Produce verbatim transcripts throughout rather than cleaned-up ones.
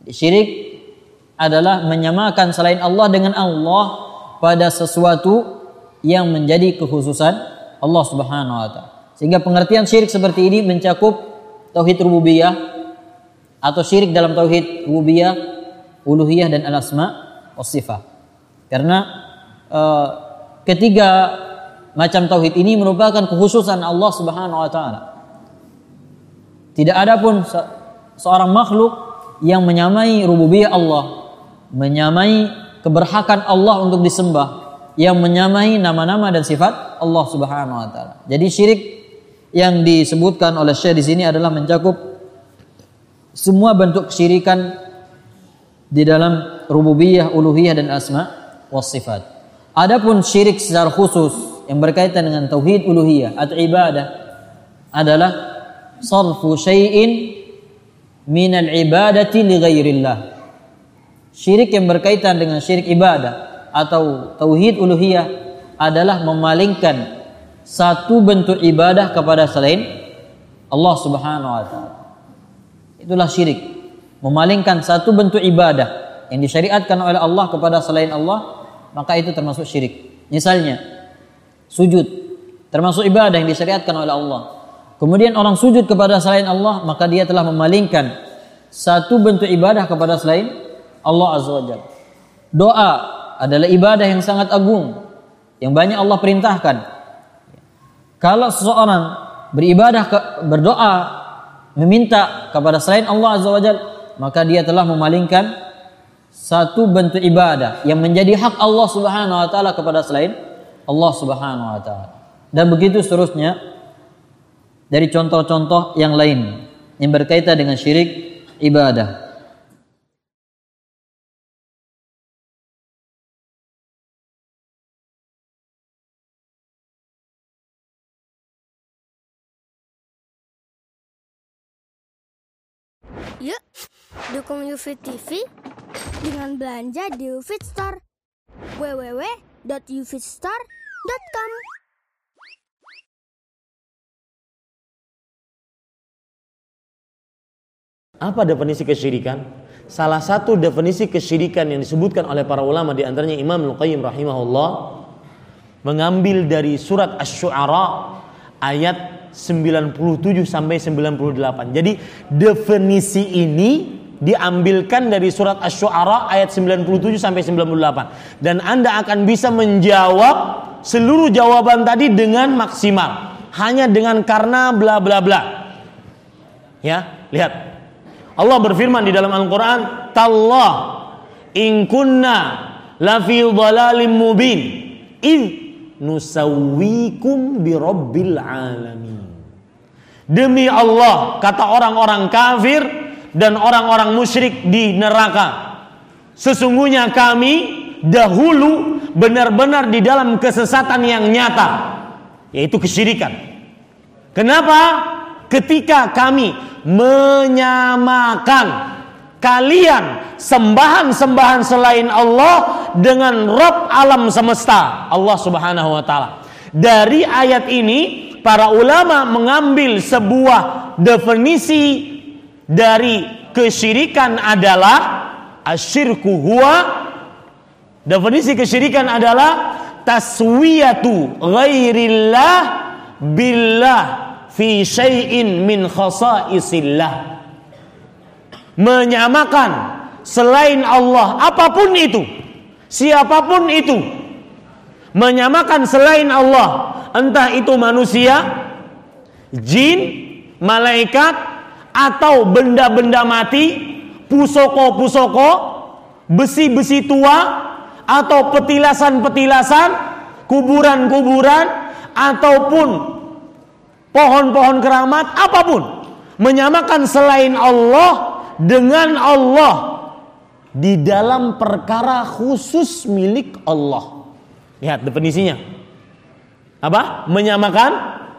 Syirik adalah menyamakan selain Allah dengan Allah pada sesuatu yang menjadi kekhususan Allah Subhanahu wa taala. Sehingga pengertian syirik seperti ini mencakup tauhid rububiyah atau syirik dalam tauhid rububiyah, uluhiyah dan al-asma was sifat. Karena uh, ketiga macam tauhid ini merupakan kekhususan Allah Subhanahu wa taala. Tidak ada pun se- seorang makhluk yang menyamai rububiyah Allah, menyamai keberhakan Allah untuk disembah, yang menyamai nama-nama dan sifat Allah Subhanahu wa taala. Jadi syirik yang disebutkan oleh Syekh di sini adalah mencakup semua bentuk kesyirikan di dalam rububiyah, uluhiyah dan asma was sifat. Adapun syirik secara khusus yang berkaitan dengan tauhid uluhiyah atau ibadah adalah sarfu syai'in minal ibadati li ghairillah. Syirik yang berkaitan dengan syirik ibadah atau tauhid uluhiyah adalah memalingkan satu bentuk ibadah kepada selain Allah Subhanahu wa taala. Itulah syirik. Memalingkan satu bentuk ibadah yang disyariatkan oleh Allah kepada selain Allah, maka itu termasuk syirik. Misalnya sujud termasuk ibadah yang disyariatkan oleh Allah. Kemudian orang sujud kepada selain Allah, maka dia telah memalingkan satu bentuk ibadah kepada selain Allah Azza wa Jalla. Doa adalah ibadah yang sangat agung yang banyak Allah perintahkan. Kalau seseorang beribadah, berdoa, meminta kepada selain Allah Azza wa Jalla, maka dia telah memalingkan satu bentuk ibadah yang menjadi hak Allah Subhanahu wa taala kepada selain Allah Subhanahu wa taala. Dan begitu seterusnya dari contoh-contoh yang lain yang berkaitan dengan syirik ibadah. Yuk, dukung UFIT T V dengan belanja di UFIT Store. w w w dot ufitstore dot com. Apa definisi kesyirikan? Salah satu definisi kesyirikan yang disebutkan oleh para ulama, di antaranya Imam Al-Qayyim rahimahullah, mengambil dari surat Asy-Syu'ara ayat sembilan puluh tujuh sampai sembilan puluh delapan. Jadi definisi ini diambilkan dari surat Asy-Syu'ara ayat sembilan puluh tujuh sampai sembilan puluh delapan, dan Anda akan bisa menjawab seluruh jawaban tadi dengan maksimal hanya dengan karena bla bla bla. Ya, lihat. Allah berfirman di dalam Al-Qur'an, "Tallah in kunna lafi dhalalim mubin id nusawwikum bi rabbil alamin." Demi Allah, kata orang-orang kafir dan orang-orang musyrik di neraka, sesungguhnya kami dahulu benar-benar di dalam kesesatan yang nyata, yaitu kesyirikan. Kenapa? Ketika kami menyamakan kalian sembahan-sembahan selain Allah dengan Rabb alam semesta, Allah Subhanahu wa taala. Dari ayat ini para ulama mengambil sebuah definisi dari kesyirikan adalah asyirku huwa, definisi kesyirikan adalah taswiyatu ghairillah billah fi syai'in min khasaisillah, menyamakan selain Allah apapun itu, siapapun itu, menyamakan selain Allah, entah itu manusia, jin, malaikat, atau benda-benda mati, pusoko-pusoko, besi-besi tua, atau petilasan-petilasan, kuburan-kuburan, ataupun pohon-pohon keramat, apapun, menyamakan selain Allah dengan Allah di dalam perkara khusus milik Allah. Lihat definisinya. Apa? Menyamakan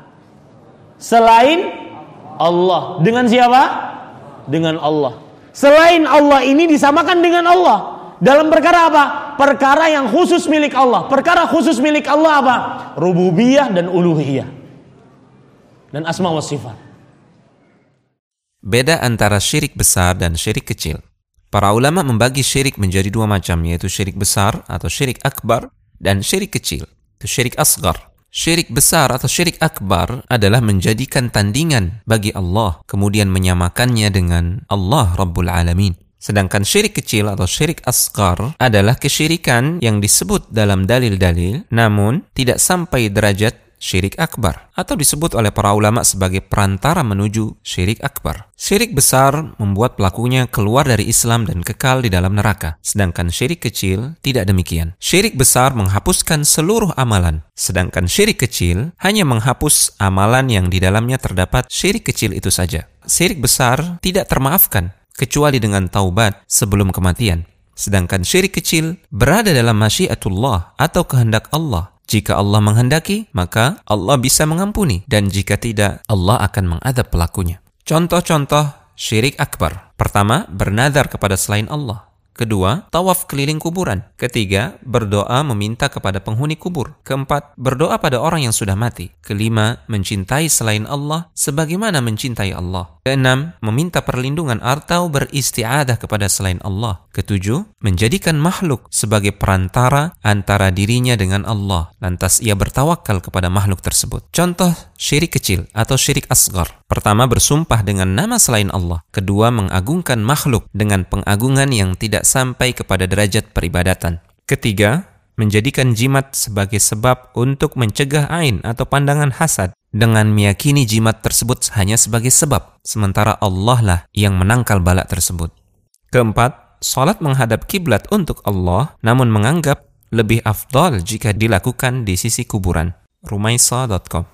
selain Allah dengan siapa? Dengan Allah. Selain Allah ini disamakan dengan Allah dalam perkara apa? Perkara yang khusus milik Allah. Perkara khusus milik Allah apa? Rububiyah dan uluhiyah dan asma wa sifat. Beda antara syirik besar dan syirik kecil. Para ulama membagi syirik menjadi dua macam, yaitu syirik besar atau syirik akbar dan syirik kecil, itu syirik asgar. Syirik besar atau syirik akbar adalah menjadikan tandingan bagi Allah, kemudian menyamakannya dengan Allah Rabbul Alamin. Sedangkan syirik kecil atau syirik asgar adalah kesyirikan yang disebut dalam dalil-dalil, namun tidak sampai derajat syirik akbar, atau disebut oleh para ulama sebagai perantara menuju syirik akbar. Syirik besar membuat pelakunya keluar dari Islam dan kekal di dalam neraka, sedangkan syirik kecil tidak demikian. Syirik besar menghapuskan seluruh amalan, sedangkan syirik kecil hanya menghapus amalan yang di dalamnya terdapat syirik kecil itu saja. Syirik besar tidak termaafkan kecuali dengan taubat sebelum kematian, sedangkan syirik kecil berada dalam masyiatullah atau kehendak Allah. Jika Allah menghendaki, maka Allah bisa mengampuni, dan jika tidak, Allah akan mengadab pelakunya. Contoh-contoh syirik akbar. Pertama, bernadar kepada selain Allah. Kedua, tawaf keliling kuburan. Ketiga, berdoa meminta kepada penghuni kubur. Keempat, berdoa pada orang yang sudah mati. Kelima, mencintai selain Allah sebagaimana mencintai Allah. Keenam, meminta perlindungan atau beristi'adah kepada selain Allah. Ketujuh, menjadikan makhluk sebagai perantara antara dirinya dengan Allah, lantas ia bertawakal kepada makhluk tersebut. Contoh syirik kecil atau syirik asgar. Pertama, bersumpah dengan nama selain Allah. Kedua, mengagungkan makhluk dengan pengagungan yang tidak sampai kepada derajat peribadatan. Ketiga, menjadikan jimat sebagai sebab untuk mencegah ain atau pandangan hasad dengan meyakini jimat tersebut hanya sebagai sebab, sementara Allah lah yang menangkal bala tersebut. Keempat, salat menghadap kiblat untuk Allah namun menganggap lebih afdal jika dilakukan di sisi kuburan. rumaisa dot com.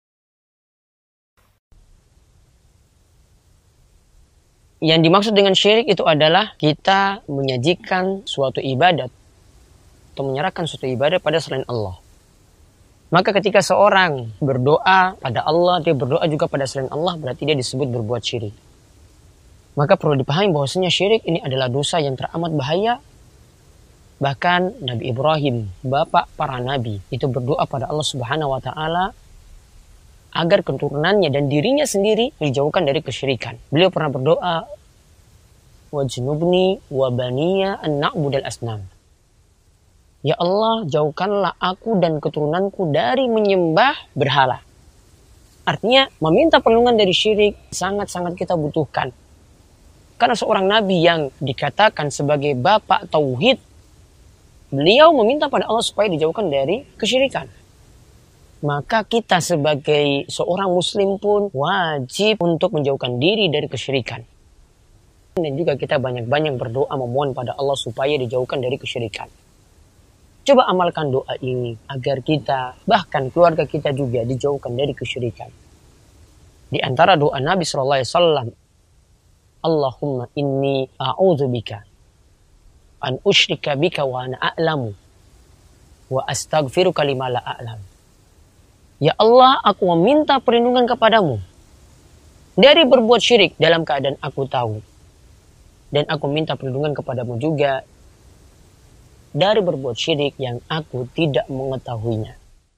Yang dimaksud dengan syirik itu adalah kita menyajikan suatu ibadat atau menyerahkan suatu ibadah pada selain Allah. Maka ketika seorang berdoa pada Allah, dia berdoa juga pada selain Allah, berarti dia disebut berbuat syirik. Maka perlu dipahami bahwasanya syirik ini adalah dosa yang teramat bahaya. Bahkan Nabi Ibrahim, bapak para nabi, itu berdoa pada Allah Subhanahu wa taala agar keturunannya dan dirinya sendiri dijauhkan dari kesyirikan. Beliau pernah berdoa, wajnubni wa baniya an na'budal asnam. Ya Allah, jauhkanlah aku dan keturunanku dari menyembah berhala. Artinya, meminta perlindungan dari syirik sangat-sangat kita butuhkan. Karena seorang nabi yang dikatakan sebagai bapak tauhid, beliau meminta pada Allah supaya dijauhkan dari kesyirikan. Maka kita sebagai seorang muslim pun wajib untuk menjauhkan diri dari kesyirikan. Dan juga kita banyak-banyak berdoa memohon pada Allah supaya dijauhkan dari kesyirikan. Coba amalkan doa ini agar kita, bahkan keluarga kita juga dijauhkan dari kesyirikan. Di antara doa Nabi shallallahu alaihi wasallam, Allahumma inni a'udzubika an usyrika bika wa ana a'lamu wa astaghfiruka lima la a'lam. Ya Allah, aku meminta perlindungan kepadamu dari berbuat syirik dalam keadaan aku tahu. Dan aku minta perlindungan kepadamu juga dari berbuat syirik yang aku tidak mengetahuinya.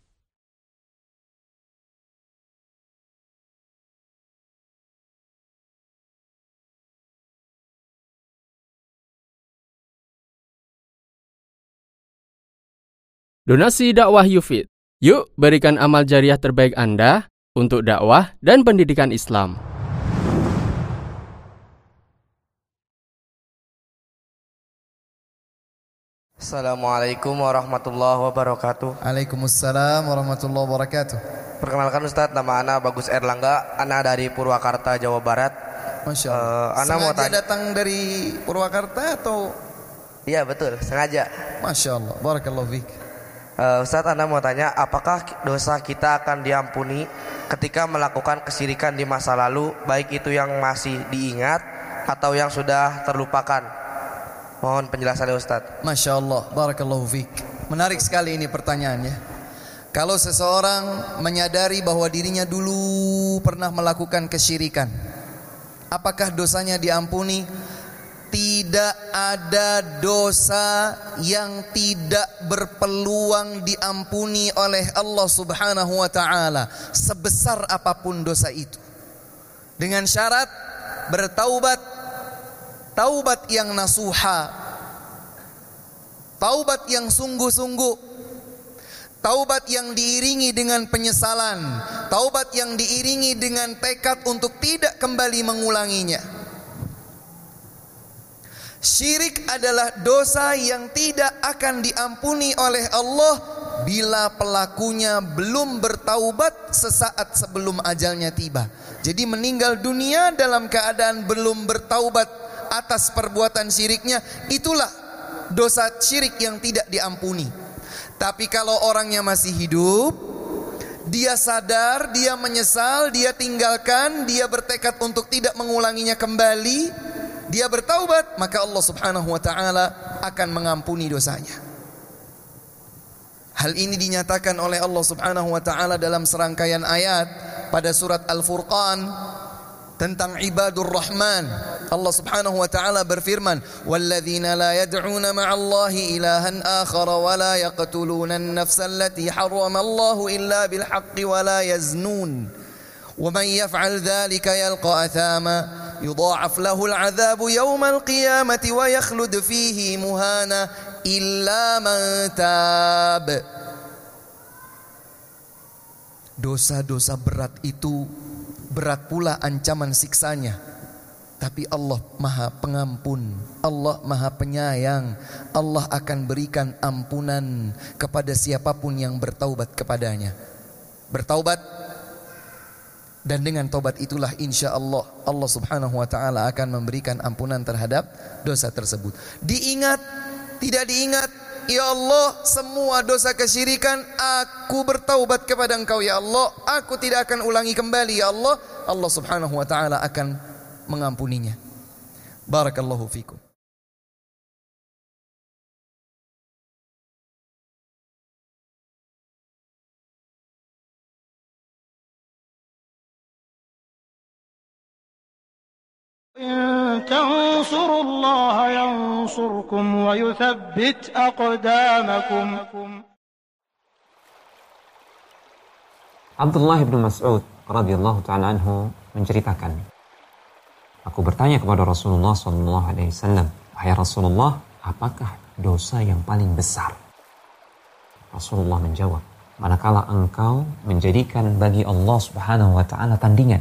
Donasi dakwah Yufid. Yuk berikan amal jariah terbaik Anda untuk dakwah dan pendidikan Islam. Assalamualaikum warahmatullahi wabarakatuh. Waalaikumsalam warahmatullahi wabarakatuh. Perkenalkan Ustadz, nama Ana Bagus Erlangga. Ana dari Purwakarta, Jawa Barat. Masya Allah. Uh, Ana mau tanya, datang dari Purwakarta atau? Iya betul, sengaja. Masya Allah, barakallahu fiik. Uh, Ustadz, Anda mau tanya, apakah dosa kita akan diampuni ketika melakukan kesyirikan di masa lalu, baik itu yang masih diingat atau yang sudah terlupakan? Mohon penjelasannya Ustadz. Masya Allah, barakallahu fiik. Menarik sekali ini pertanyaannya. Kalau seseorang menyadari bahwa dirinya dulu pernah melakukan kesyirikan, apakah dosanya diampuni? Tidak ada dosa yang tidak berpeluang diampuni oleh Allah Subhanahu wa ta'ala, sebesar apapun dosa itu, dengan syarat bertaubat taubat yang nasuha, taubat yang sungguh-sungguh, taubat yang diiringi dengan penyesalan, taubat yang diiringi dengan tekad untuk tidak kembali mengulanginya. Syirik adalah dosa yang tidak akan diampuni oleh Allah bila pelakunya belum bertaubat sesaat sebelum ajalnya tiba. Jadi meninggal dunia dalam keadaan belum bertaubat atas perbuatan syiriknya, itulah dosa syirik yang tidak diampuni. Tapi kalau orangnya masih hidup, dia sadar, dia menyesal, dia tinggalkan, dia bertekad untuk tidak mengulanginya kembali, dia bertaubat, maka Allah Subhanahu wa taala akan mengampuni dosanya. Hal ini dinyatakan oleh Allah Subhanahu wa taala dalam serangkaian ayat pada surat Al-Furqan tentang ibadur Rahman. Allah Subhanahu wa taala berfirman, "Walladzina la yad'una ma'allahi ilahan akhar wa la yaqtuluna an-nafsa allati harrama Allahu illa bil haqqi wa la yaznun. Wa man yaf'al dhalika yalqa athama yudha'af lahu al-'adzabu yawmal qiyamati wa yakhlud fihi muhana illa man tab." Dosa-dosa berat itu berat pula ancaman siksanya, tapi Allah Maha Pengampun, Allah Maha Penyayang. Allah akan berikan ampunan kepada siapapun yang bertaubat kepadanya. Bertaubat, dan dengan taubat itulah insya Allah Allah Subhanahu wa taala akan memberikan ampunan terhadap dosa tersebut. Diingat, tidak diingat, ya Allah, semua dosa kesyirikan aku bertaubat kepada Engkau ya Allah, aku tidak akan ulangi kembali ya Allah. Allah Subhanahu wa taala akan mengampuninya. Barakallahu fikum. إن تنصروا الله ينصركم ويثبت أقدامكم. Abdullah bin Mas'ud radhiyallahu ta'ala anhu menceritakan, aku bertanya kepada Rasulullah sallallahu alaihi wasallam, wahai Rasulullah, apakah dosa yang paling besar? Rasulullah menjawab, manakala engkau menjadikan bagi Allah Subhanahu wa taala tandingan,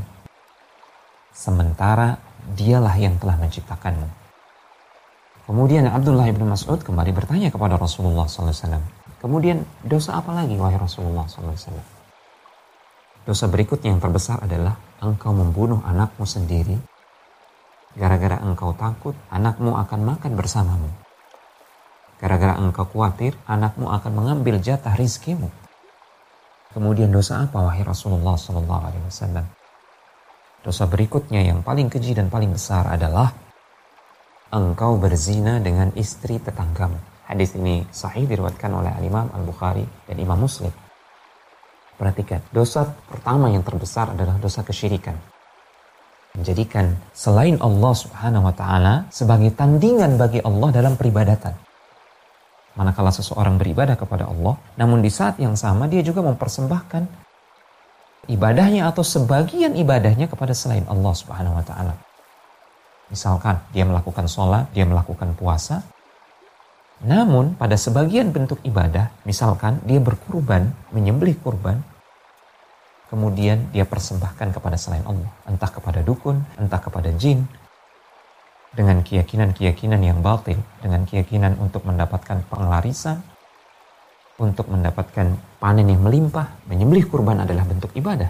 sementara dialah yang telah menciptakanmu. Kemudian Abdullah bin Mas'ud kembali bertanya kepada Rasulullah sallallahu alaihi wasallam, kemudian dosa apa lagi wahai Rasulullah sallallahu alaihi wasallam? Dosa berikutnya yang terbesar adalah engkau membunuh anakmu sendiri gara-gara engkau takut anakmu akan makan bersamamu. Gara-gara engkau khawatir anakmu akan mengambil jatah rizkimu. Kemudian dosa apa wahai Rasulullah sallallahu alaihi wasallam? Dosa berikutnya yang paling keji dan paling besar adalah engkau berzina dengan istri tetanggamu. Hadis ini sahih diriwayatkan oleh Imam Al-Bukhari dan Imam Muslim. Perhatikan, dosa pertama yang terbesar adalah dosa kesyirikan. Menjadikan selain Allah Subhanahu wa taala sebagai tandingan bagi Allah dalam peribadatan. Manakala seseorang beribadah kepada Allah, namun di saat yang sama dia juga mempersembahkan ibadahnya atau sebagian ibadahnya kepada selain Allah Subhanahu wa taala. Misalkan dia melakukan sholat, dia melakukan puasa, namun pada sebagian bentuk ibadah, misalkan dia berkurban, menyembelih kurban, kemudian dia persembahkan kepada selain Allah, entah kepada dukun, entah kepada jin, dengan keyakinan-keyakinan yang batil, dengan keyakinan untuk mendapatkan penglarisan, untuk mendapatkan panen yang melimpah. Menyembelih kurban adalah bentuk ibadah.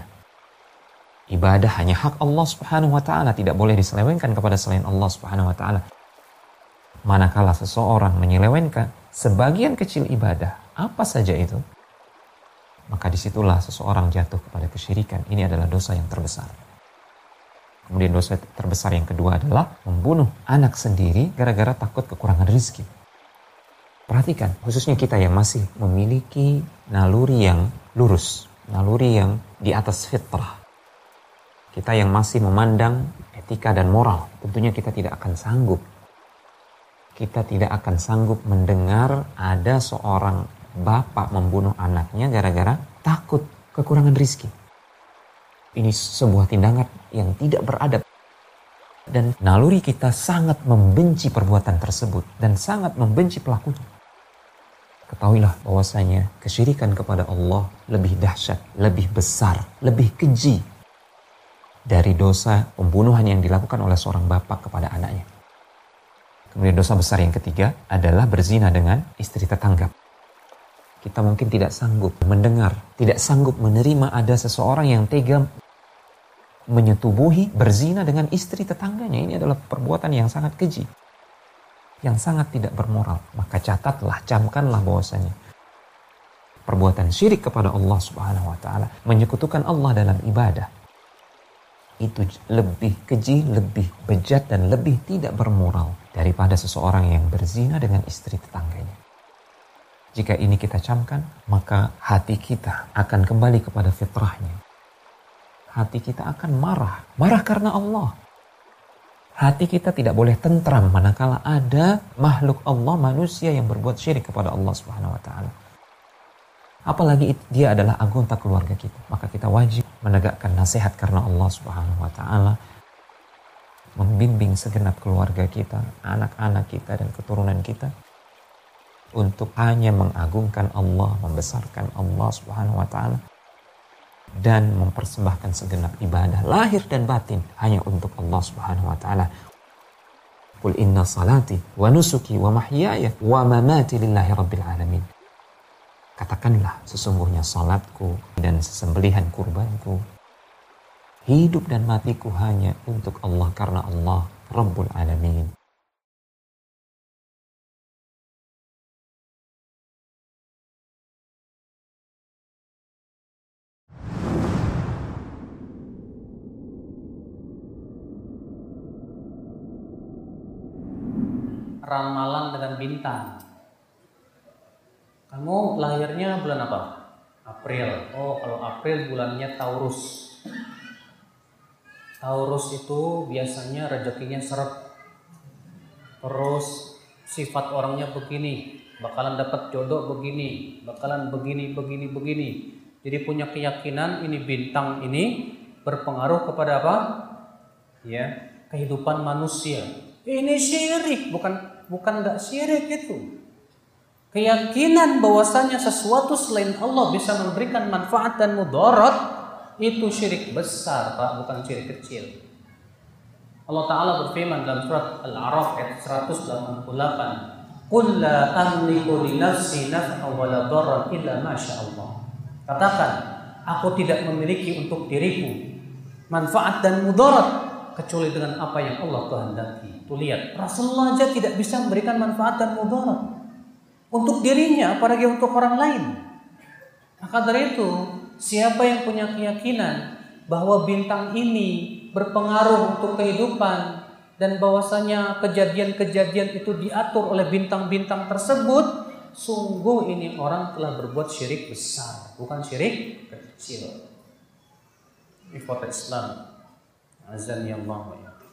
Ibadah hanya hak Allah Subhanahu wa taala, tidak boleh diselewengkan kepada selain Allah Subhanahu wa taala. Manakala seseorang menyelewengkan sebagian kecil ibadah, apa saja itu, maka disitulah seseorang jatuh kepada kesyirikan. Ini adalah dosa yang terbesar. Kemudian dosa terbesar yang kedua adalah membunuh anak sendiri gara-gara takut kekurangan rezeki. Perhatikan, khususnya kita yang masih memiliki naluri yang lurus, naluri yang di atas fitrah. Kita yang masih memandang etika dan moral, tentunya kita tidak akan sanggup. Kita tidak akan sanggup mendengar ada seorang bapak membunuh anaknya gara-gara takut kekurangan rezeki. Ini sebuah tindakan yang tidak beradab dan naluri kita sangat membenci perbuatan tersebut dan sangat membenci pelakunya. Ketahuilah bahwasanya kesyirikan kepada Allah lebih dahsyat, lebih besar, lebih keji dari dosa pembunuhan yang dilakukan oleh seorang bapak kepada anaknya. Kemudian dosa besar yang ketiga adalah berzina dengan istri tetangga. Kita mungkin tidak sanggup mendengar, tidak sanggup menerima ada seseorang yang tega menyetubuhi berzina dengan istri tetangganya. Ini adalah perbuatan yang sangat keji, yang sangat tidak bermoral. Maka catatlah, camkanlah bahwasanya perbuatan syirik kepada Allah Subhanahu wa taala, menyekutukan Allah dalam ibadah, itu lebih keji, lebih bejat dan lebih tidak bermoral daripada seseorang yang berzina dengan istri tetangganya. Jika ini kita camkan, maka hati kita akan kembali kepada fitrahnya. Hati kita akan marah. Marah karena Allah. Hati kita tidak boleh tentram manakala ada makhluk Allah, manusia yang berbuat syirik kepada Allah Subhanahu wa taala. Apalagi dia adalah anggota keluarga kita. Maka kita wajib menegakkan nasihat karena Allah Subhanahu wa taala, membimbing segenap keluarga kita, anak-anak kita dan keturunan kita untuk hanya mengagungkan Allah, membesarkan Allah Subhanahu wa taala dan mempersembahkan segenap ibadah lahir dan batin hanya untuk Allah Subhanahu wa taala. Qul inna salati wa nusuki wa mahyaya wa mamati lillahi rabbil alamin. Katakanlah, sesungguhnya salatku dan sesembelihan kurbanku, hidup dan matiku hanya untuk Allah karena Allah Rabbul Alamin. Ramalan dengan bintang. Kamu lahirnya bulan apa? April. Oh, kalau April bulannya Taurus. Taurus itu biasanya rezekinya seret. Terus sifat orangnya begini, bakalan dapat jodoh begini, bakalan begini, begini, begini. Jadi punya keyakinan ini bintang ini berpengaruh kepada apa? Ya, kehidupan manusia. Ini syirik, bukan bukan enggak syirik itu. Keyakinan bahwasanya sesuatu selain Allah bisa memberikan manfaat dan mudarat itu syirik besar, Pak, bukan syirik kecil. Allah Ta'ala berfirman dalam surat Al-A'raf ayat seratus delapan puluh delapan, "Qul la amliku li nafsi naf'an wa la darran illa ma syaa Allah." Katakan, aku tidak memiliki untuk diriku manfaat dan mudarat kecuali dengan apa yang Allah kehendaki. Tuh lihat, Rasulullah aja tidak bisa memberikan manfaat dan mudarat untuk dirinya, apalagi untuk orang lain. Maka dari itu, siapa yang punya keyakinan bahwa bintang ini berpengaruh untuk kehidupan dan bahwasanya kejadian-kejadian itu diatur oleh bintang-bintang tersebut, sungguh ini orang telah berbuat syirik besar, bukan syirik kecil. Ikhwatul Islam, azan ya Allah.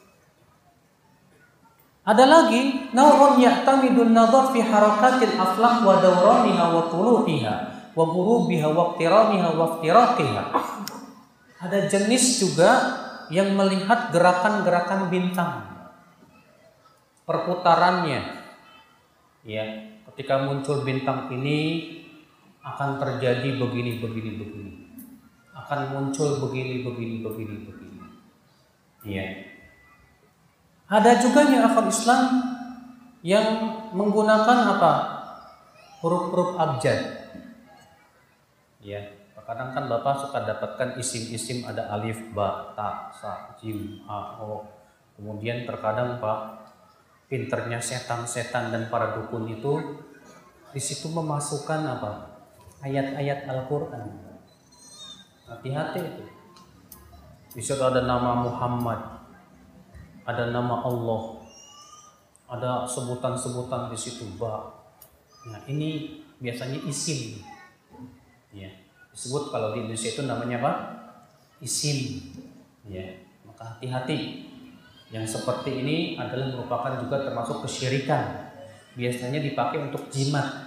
Ada lagi naw'un ya'tamidun nadhar fi harakatil aflaq wa dawraniha wa tulu'iha wa ghurubiha wa iqtiramiha wa iftiraqiha. Ada jenis juga yang melihat gerakan-gerakan bintang, perputarannya. Ya, ketika muncul bintang ini akan terjadi begini begini begini. Akan muncul begini begini begini begini. Ya. Ada juga yang akal Islam yang menggunakan apa? Huruf-huruf abjad. Ya, kadang kan Bapak suka dapatkan isim-isim ada alif, ba, ta, sa, jim, ha, o. Kemudian terkadang Pak, pinternya setan-setan dan para dukun itu di situ memasukkan apa? Ayat-ayat Al-Qur'an. Hati-hati itu. Di situ ada nama Muhammad, ada nama Allah, ada sebutan-sebutan di situ ba. Nah, ini biasanya isim. Ya, disebut kalau di Indonesia itu namanya apa? Isim. Ya, maka hati-hati. Yang seperti ini adalah merupakan juga termasuk kesyirikan. Biasanya dipakai untuk jimat.